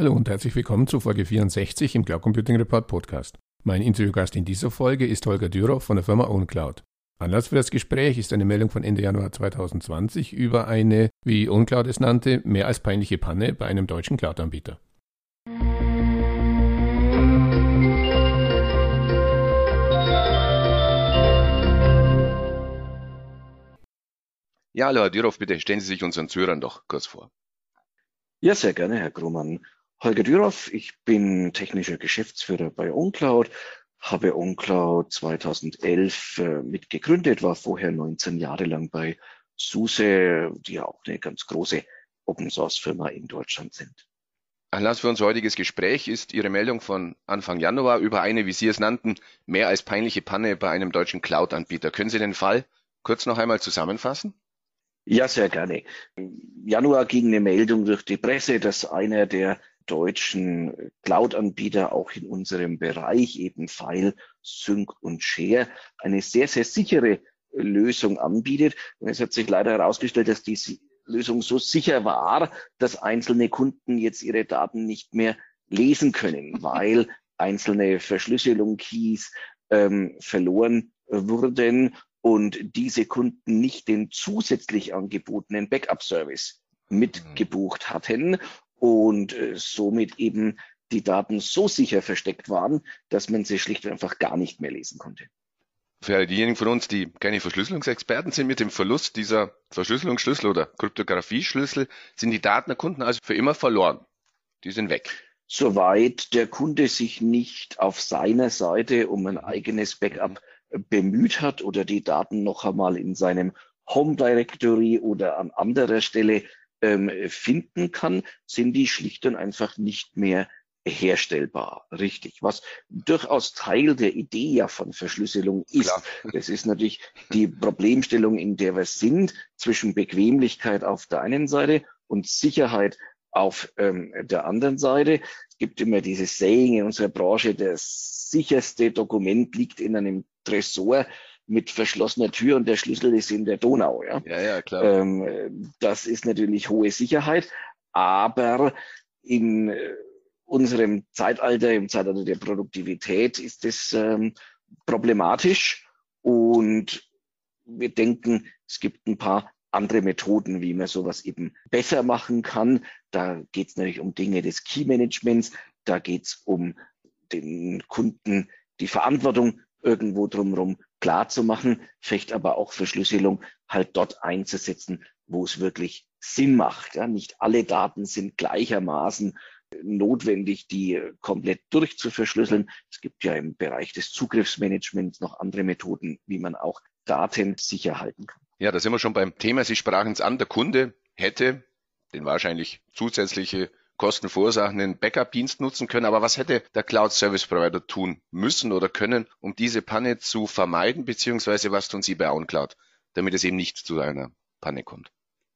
Hallo und herzlich willkommen zu Folge 64 im Cloud Computing Report Podcast. Mein Interviewgast in dieser Folge ist Holger Dürow von der Firma OwnCloud. Anlass für das Gespräch ist eine Meldung von Ende Januar 2020 über eine, wie OwnCloud es nannte, mehr als peinliche Panne bei einem deutschen Cloud-Anbieter. Ja, hallo Herr Dürow, bitte stellen Sie sich unseren Zuhörern doch kurz vor. Ja, sehr gerne, Herr Grohmann. Holger Dürow, ich bin technischer Geschäftsführer bei OwnCloud, habe OwnCloud 2011 mitgegründet, war vorher 19 Jahre lang bei SUSE, die ja auch eine ganz große Open-Source-Firma in Deutschland sind. Anlass für unser heutiges Gespräch ist Ihre Meldung von Anfang Januar über eine, wie Sie es nannten, mehr als peinliche Panne bei einem deutschen Cloud-Anbieter. Können Sie den Fall kurz noch einmal zusammenfassen? Ja, sehr gerne. Im Januar ging eine Meldung durch die Presse, dass einer der deutschen Cloud-Anbieter auch in unserem Bereich, eben File, Sync und Share, eine sehr, sehr sichere Lösung anbietet. Und es hat sich leider herausgestellt, dass diese Lösung so sicher war, dass einzelne Kunden jetzt ihre Daten nicht mehr lesen können, weil einzelne Verschlüsselung-Keys verloren wurden und diese Kunden nicht den zusätzlich angebotenen Backup-Service mitgebucht hatten und somit eben die Daten so sicher versteckt waren, dass man sie schlicht und einfach gar nicht mehr lesen konnte. Für diejenigen von uns, die keine Verschlüsselungsexperten sind, mit dem Verlust dieser Verschlüsselungsschlüssel oder Kryptografie-Schlüssel sind die Daten der Kunden also für immer verloren. Die sind weg. Soweit der Kunde sich nicht auf seiner Seite um ein eigenes Backup bemüht hat oder die Daten noch einmal in seinem Home Directory oder an anderer Stelle finden kann, sind die schlicht und einfach nicht mehr herstellbar. Richtig. Was durchaus Teil der Idee ja von Verschlüsselung ist. Klar. Das ist natürlich die Problemstellung, in der wir sind, zwischen Bequemlichkeit auf der einen Seite und Sicherheit auf der anderen Seite. Es gibt immer dieses Saying in unserer Branche, das sicherste Dokument liegt in einem Tresor mit verschlossener Tür und der Schlüssel ist in der Donau. Ja, klar. Das ist natürlich hohe Sicherheit, aber in unserem Zeitalter, im Zeitalter der Produktivität, ist es problematisch und wir denken, es gibt ein paar andere Methoden, wie man sowas eben besser machen kann. Da geht es natürlich um Dinge des Key-Managements, da geht es um den Kunden die Verantwortung irgendwo drumherum klar zu machen, vielleicht aber auch Verschlüsselung halt dort einzusetzen, wo es wirklich Sinn macht. Ja, nicht alle Daten sind gleichermaßen notwendig, die komplett durchzuverschlüsseln. Es gibt ja im Bereich des Zugriffsmanagements noch andere Methoden, wie man auch Daten sicher halten kann. Ja, da sind wir schon beim Thema. Sie sprachen es an, der Kunde hätte den wahrscheinlich zusätzliche Kosten verursachenden Backup-Dienst nutzen können. Aber was hätte der Cloud-Service-Provider tun müssen oder können, um diese Panne zu vermeiden, beziehungsweise was tun Sie bei OwnCloud, damit es eben nicht zu einer Panne kommt?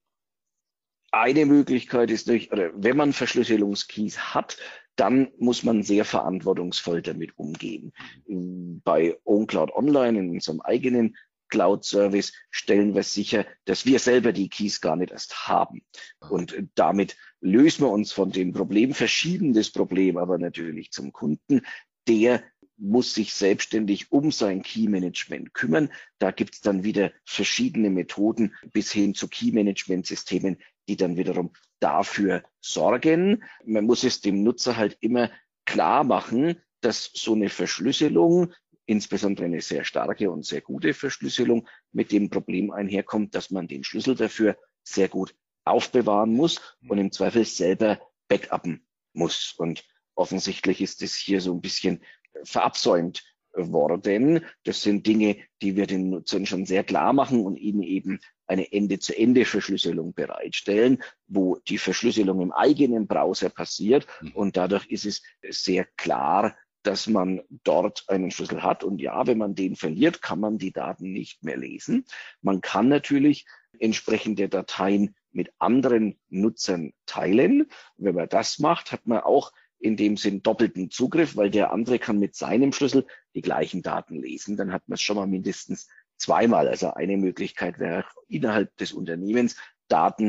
Eine Möglichkeit ist natürlich, oder wenn man Verschlüsselungskeys hat, dann muss man sehr verantwortungsvoll damit umgehen. Bei OwnCloud Online, in unserem eigenen Cloud-Service, stellen wir sicher, dass wir selber die Keys gar nicht erst haben. Und damit lösen wir uns von dem Problem, verschieben das Problem aber natürlich zum Kunden, der muss sich selbstständig um sein Key-Management kümmern. Da gibt es dann wieder verschiedene Methoden bis hin zu Key-Management-Systemen, die dann wiederum dafür sorgen. Man muss es dem Nutzer halt immer klar machen, dass so eine Verschlüsselung, insbesondere eine sehr starke und sehr gute Verschlüsselung, mit dem Problem einherkommt, dass man den Schlüssel dafür sehr gut aufbewahren muss und im Zweifel selber backuppen muss. Und offensichtlich ist es hier so ein bisschen verabsäumt worden. Das sind Dinge, die wir den Nutzern schon sehr klar machen und ihnen eben eine Ende-zu-Ende-Verschlüsselung bereitstellen, wo die Verschlüsselung im eigenen Browser passiert. Und dadurch ist es sehr klar, dass man dort einen Schlüssel hat. Und ja, wenn man den verliert, kann man die Daten nicht mehr lesen. Man kann natürlich entsprechende Dateien mit anderen Nutzern teilen. Wenn man das macht, hat man auch in dem Sinn doppelten Zugriff, weil der andere kann mit seinem Schlüssel die gleichen Daten lesen. Dann hat man es schon mal mindestens zweimal. Also eine Möglichkeit wäre innerhalb des Unternehmens Daten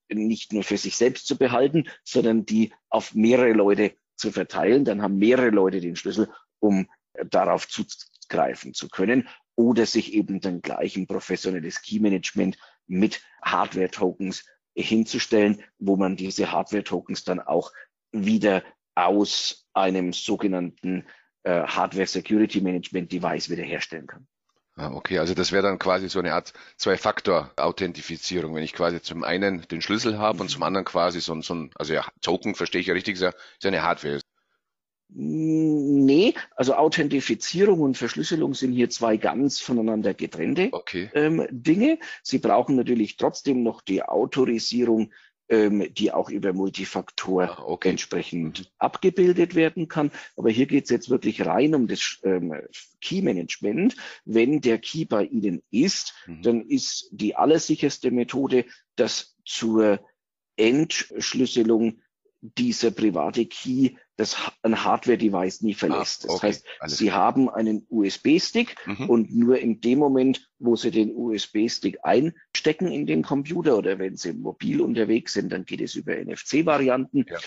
nicht nur für sich selbst zu behalten, sondern die auf mehrere Leute zu verteilen. Dann haben mehrere Leute den Schlüssel, um darauf zugreifen zu können oder sich eben dann gleich ein professionelles Key-Management mit Hardware-Tokens hinzustellen, wo man diese Hardware-Tokens dann auch wieder aus einem sogenannten Hardware-Security-Management-Device wiederherstellen kann. Ah, okay, also das wäre dann quasi so eine Art Zwei-Faktor-Authentifizierung, wenn ich quasi zum einen den Schlüssel habe und zum anderen quasi so ein, also ja, Token, verstehe ich ja richtig, ist eine Hardware. Nee, also Authentifizierung und Verschlüsselung sind hier zwei ganz voneinander getrennte Okay. Dinge. Sie brauchen natürlich trotzdem noch die Autorisierung, die auch über Multifaktor entsprechend abgebildet werden kann. Aber hier geht es jetzt wirklich rein um das Key-Management. Wenn der Key bei Ihnen ist, dann ist die allersicherste Methode, dass zur Entschlüsselung dieser private Key ein Hardware-Device nie verlässt. Das heißt, Sie haben einen USB-Stick und nur in dem Moment, wo Sie den USB-Stick einstecken in den Computer oder wenn Sie mobil unterwegs sind, dann geht es über NFC-Varianten. Ja.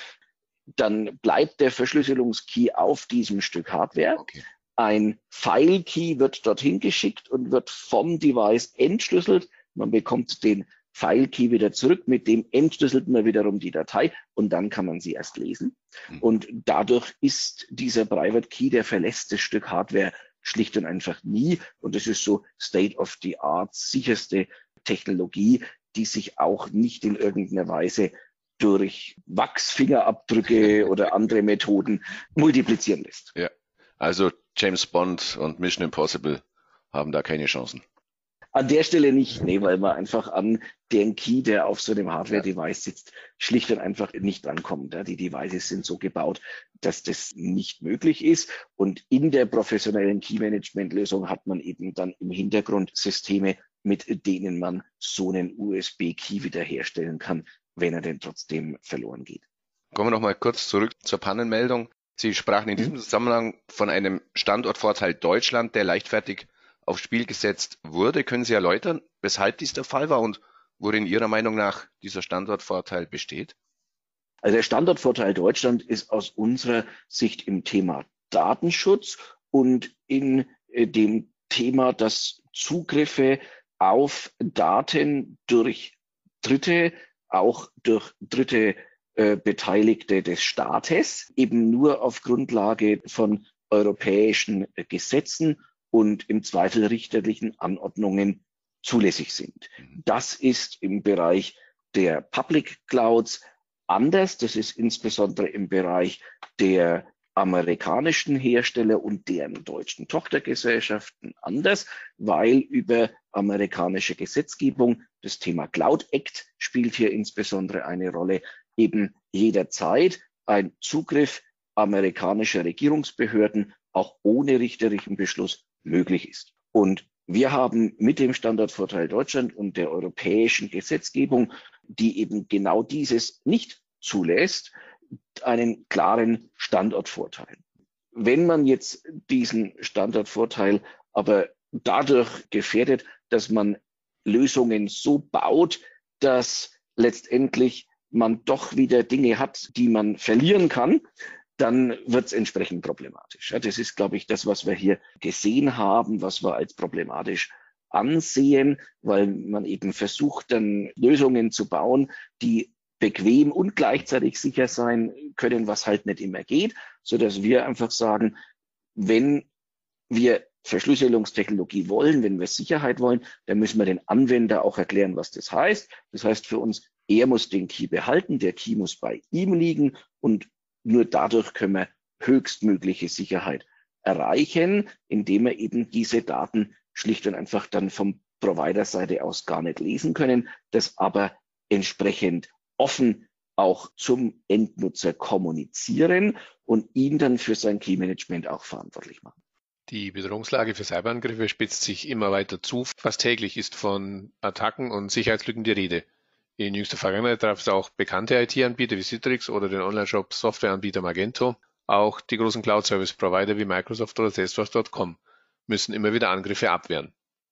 Dann bleibt der Verschlüsselungskey auf diesem Stück Hardware. Okay. Ein File-Key wird dorthin geschickt und wird vom Device entschlüsselt. Man bekommt den File-Key wieder zurück, mit dem entschlüsselt man wiederum die Datei und dann kann man sie erst lesen. Und dadurch ist dieser Private Key, der verlässt das Stück Hardware schlicht und einfach nie. Und das ist so State-of-the-Art, sicherste Technologie, die sich auch nicht in irgendeiner Weise durch Wachsfingerabdrücke oder andere Methoden multiplizieren lässt. Ja, also James Bond und Mission Impossible haben da keine Chancen. An der Stelle nicht, nee, weil man einfach an den Key, der auf so einem Hardware-Device sitzt, schlicht und einfach nicht rankommt. Die Devices sind so gebaut, dass das nicht möglich ist. Und in der professionellen Key-Management-Lösung hat man eben dann im Hintergrund Systeme, mit denen man so einen USB-Key wiederherstellen kann, wenn er denn trotzdem verloren geht. Kommen wir noch mal kurz zurück zur Pannenmeldung. Sie sprachen in diesem Zusammenhang von einem Standortvorteil Deutschland, der leichtfertig aufs Spiel gesetzt wurde. Können Sie erläutern, weshalb dies der Fall war und worin Ihrer Meinung nach dieser Standortvorteil besteht? Also der Standortvorteil Deutschland ist aus unserer Sicht im Thema Datenschutz und in dem Thema, dass Zugriffe auf Daten durch Dritte, auch durch Dritte Beteiligte des Staates, eben nur auf Grundlage von europäischen Gesetzen und im Zweifel richterlichen Anordnungen zulässig sind. Das ist im Bereich der Public Clouds anders. Das ist insbesondere im Bereich der amerikanischen Hersteller und deren deutschen Tochtergesellschaften anders, weil über amerikanische Gesetzgebung, das Thema Cloud Act spielt hier insbesondere eine Rolle, eben jederzeit ein Zugriff amerikanischer Regierungsbehörden auch ohne richterlichen Beschluss möglich ist. Und wir haben mit dem Standortvorteil Deutschland und der europäischen Gesetzgebung, die eben genau dieses nicht zulässt, einen klaren Standortvorteil. Wenn man jetzt diesen Standortvorteil aber dadurch gefährdet, dass man Lösungen so baut, dass letztendlich man doch wieder Dinge hat, die man verlieren kann, dann wird es entsprechend problematisch. Ja, das ist, glaube ich, das, was wir hier gesehen haben, was wir als problematisch ansehen, weil man eben versucht, dann Lösungen zu bauen, die bequem und gleichzeitig sicher sein können, was halt nicht immer geht, sodass wir einfach sagen, wenn wir Verschlüsselungstechnologie wollen, wenn wir Sicherheit wollen, dann müssen wir den Anwender auch erklären, was das heißt. Das heißt für uns, er muss den Key behalten, der Key muss bei ihm liegen und nur dadurch können wir höchstmögliche Sicherheit erreichen, indem wir eben diese Daten schlicht und einfach dann vom Provider-Seite aus gar nicht lesen können, das aber entsprechend offen auch zum Endnutzer kommunizieren und ihn dann für sein Key-Management auch verantwortlich machen. Die Bedrohungslage für Cyberangriffe spitzt sich immer weiter zu. Fast täglich ist von Attacken und Sicherheitslücken die Rede. In jüngster Vergangenheit traf es auch bekannte IT-Anbieter wie Citrix oder den Online-Shop-Softwareanbieter Magento. Auch die großen Cloud-Service-Provider wie Microsoft oder Salesforce.com müssen immer wieder Angriffe abwehren.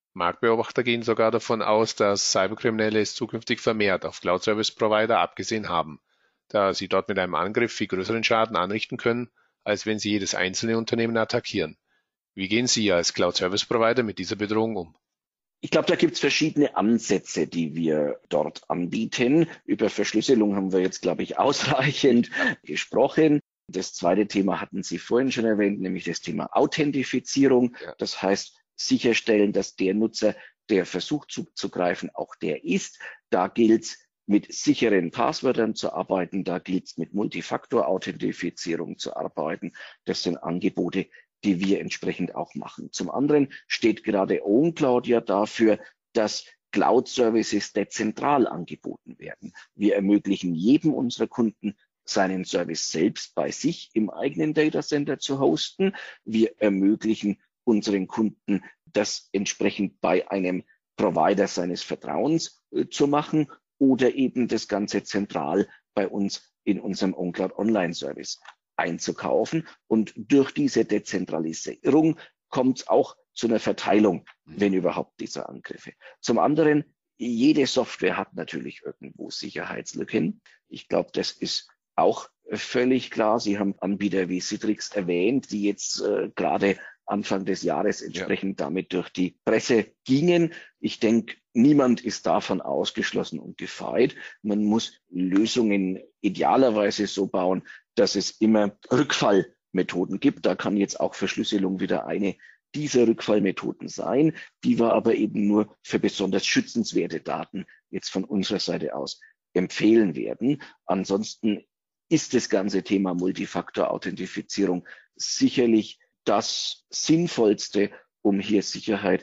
Marktbeobachter gehen sogar davon aus, dass Cyberkriminelle es zukünftig vermehrt auf Cloud-Service-Provider abgesehen haben, da sie dort mit einem Angriff viel größeren Schaden anrichten können, als wenn sie jedes einzelne Unternehmen attackieren. Wie gehen Sie als Cloud-Service-Provider mit dieser Bedrohung um? Ich glaube, da gibt es verschiedene Ansätze, die wir dort anbieten. Über Verschlüsselung haben wir jetzt, glaube ich, ausreichend gesprochen. Das zweite Thema hatten Sie vorhin schon erwähnt, nämlich das Thema Authentifizierung. Ja. Das heißt, sicherstellen, dass der Nutzer, der versucht zuzugreifen, auch der ist. Da gilt es, mit sicheren Passwörtern zu arbeiten. Da gilt es, mit Multifaktor-Authentifizierung zu arbeiten. Das sind Angebote, die wir entsprechend auch machen. Zum anderen steht gerade OwnCloud ja dafür, dass Cloud-Services dezentral angeboten werden. Wir ermöglichen jedem unserer Kunden, seinen Service selbst bei sich im eigenen Datacenter zu hosten. Wir ermöglichen unseren Kunden, das entsprechend bei einem Provider seines Vertrauens zu machen oder eben das Ganze zentral bei uns in unserem OwnCloud Online Service einzukaufen. Und durch diese Dezentralisierung kommt es auch zu einer Verteilung, wenn überhaupt, dieser Angriffe. Zum anderen, jede Software hat natürlich irgendwo Sicherheitslücken. Ich glaube, das ist auch völlig klar. Sie haben Anbieter wie Citrix erwähnt, die jetzt gerade Anfang des Jahres entsprechend damit durch die Presse gingen. Ich denke, niemand ist davon ausgeschlossen und gefeit. Man muss Lösungen idealerweise so bauen, dass es immer Rückfallmethoden gibt. Da kann jetzt auch Verschlüsselung wieder eine dieser Rückfallmethoden sein, die wir aber eben nur für besonders schützenswerte Daten jetzt von unserer Seite aus empfehlen werden. Ansonsten ist das ganze Thema Multifaktor-Authentifizierung sicherlich das Sinnvollste, um hier Sicherheit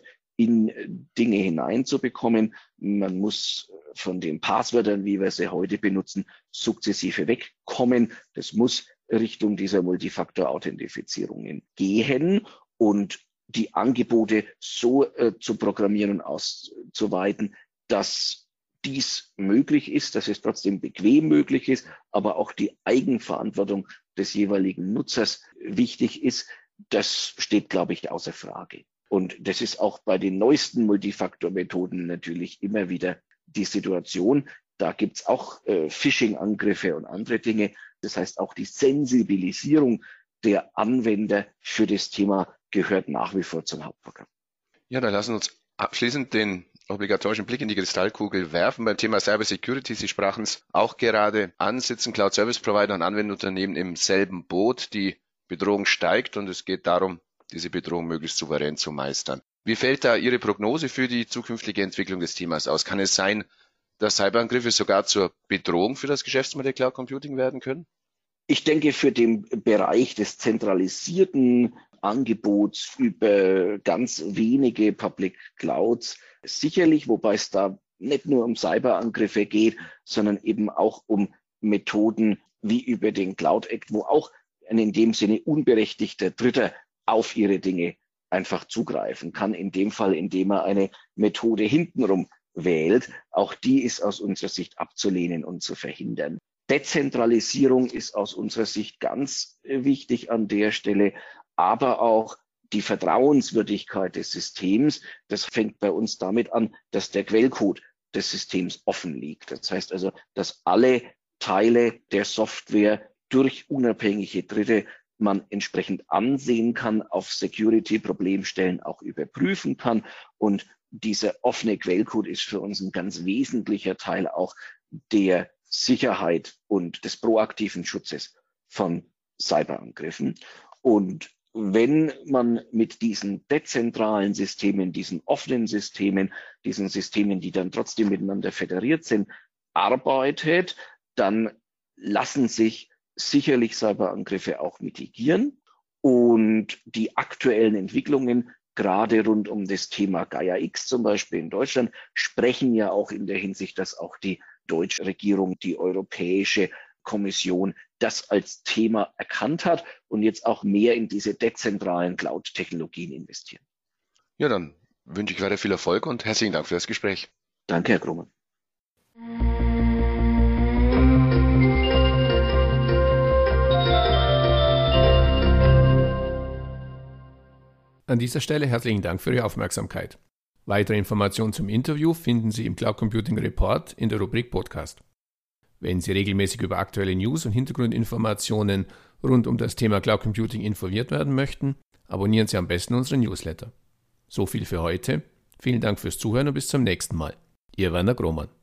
in Dinge hineinzubekommen. Man muss von den Passwörtern, wie wir sie heute benutzen, sukzessive wegkommen. Das muss Richtung dieser Multifaktor-Authentifizierungen gehen und die Angebote so zu programmieren und auszuweiten, dass dies möglich ist, dass es trotzdem bequem möglich ist, aber auch die Eigenverantwortung des jeweiligen Nutzers wichtig ist. Das steht, glaube ich, außer Frage. Und das ist auch bei den neuesten Multifaktor-Methoden natürlich immer wieder die Situation. Da gibt es auch Phishing-Angriffe und andere Dinge. Das heißt, auch die Sensibilisierung der Anwender für das Thema gehört nach wie vor zum Hauptprogramm. Ja, dann lassen wir uns abschließend den obligatorischen Blick in die Kristallkugel werfen beim Thema Cybersecurity. Sie sprachen es auch gerade an, sitzen Cloud Service Provider und Anwenderunternehmen im selben Boot. Die Bedrohung steigt und es geht darum, diese Bedrohung möglichst souverän zu meistern. Wie fällt da Ihre Prognose für die zukünftige Entwicklung des Themas aus? Kann es sein, dass Cyberangriffe sogar zur Bedrohung für das Geschäftsmodell Cloud Computing werden können? Ich denke, für den Bereich des zentralisierten Angebots über ganz wenige Public Clouds sicherlich, wobei es da nicht nur um Cyberangriffe geht, sondern eben auch um Methoden wie über den Cloud Act, wo auch ein in dem Sinne unberechtigter Dritter auf ihre Dinge einfach zugreifen kann. In dem Fall, indem er eine Methode hintenrum wählt. Auch die ist aus unserer Sicht abzulehnen und zu verhindern. Dezentralisierung ist aus unserer Sicht ganz wichtig an der Stelle, aber auch die Vertrauenswürdigkeit des Systems. Das fängt bei uns damit an, dass der Quellcode des Systems offen liegt. Das heißt also, dass alle Teile der Software durch unabhängige Dritte man entsprechend ansehen kann, auf Security-Problemstellen auch überprüfen kann. Und dieser offene Quellcode ist für uns ein ganz wesentlicher Teil auch der Sicherheit und des proaktiven Schutzes von Cyberangriffen. Und wenn man mit diesen dezentralen Systemen, diesen offenen Systemen, diesen Systemen, die dann trotzdem miteinander föderiert sind, arbeitet, dann lassen sich sicherlich Cyberangriffe auch mitigieren. Und die aktuellen Entwicklungen, gerade rund um das Thema Gaia-X zum Beispiel in Deutschland, sprechen ja auch in der Hinsicht, dass auch die deutsche Regierung, die Europäische Kommission das als Thema erkannt hat und jetzt auch mehr in diese dezentralen Cloud-Technologien investieren. Ja, dann wünsche ich weiter viel Erfolg und herzlichen Dank für das Gespräch. Danke, Herr Grumman. An dieser Stelle herzlichen Dank für Ihre Aufmerksamkeit. Weitere Informationen zum Interview finden Sie im Cloud Computing Report in der Rubrik Podcast. Wenn Sie regelmäßig über aktuelle News und Hintergrundinformationen rund um das Thema Cloud Computing informiert werden möchten, abonnieren Sie am besten unseren Newsletter. So viel für heute. Vielen Dank fürs Zuhören und bis zum nächsten Mal. Ihr Werner Grohmann.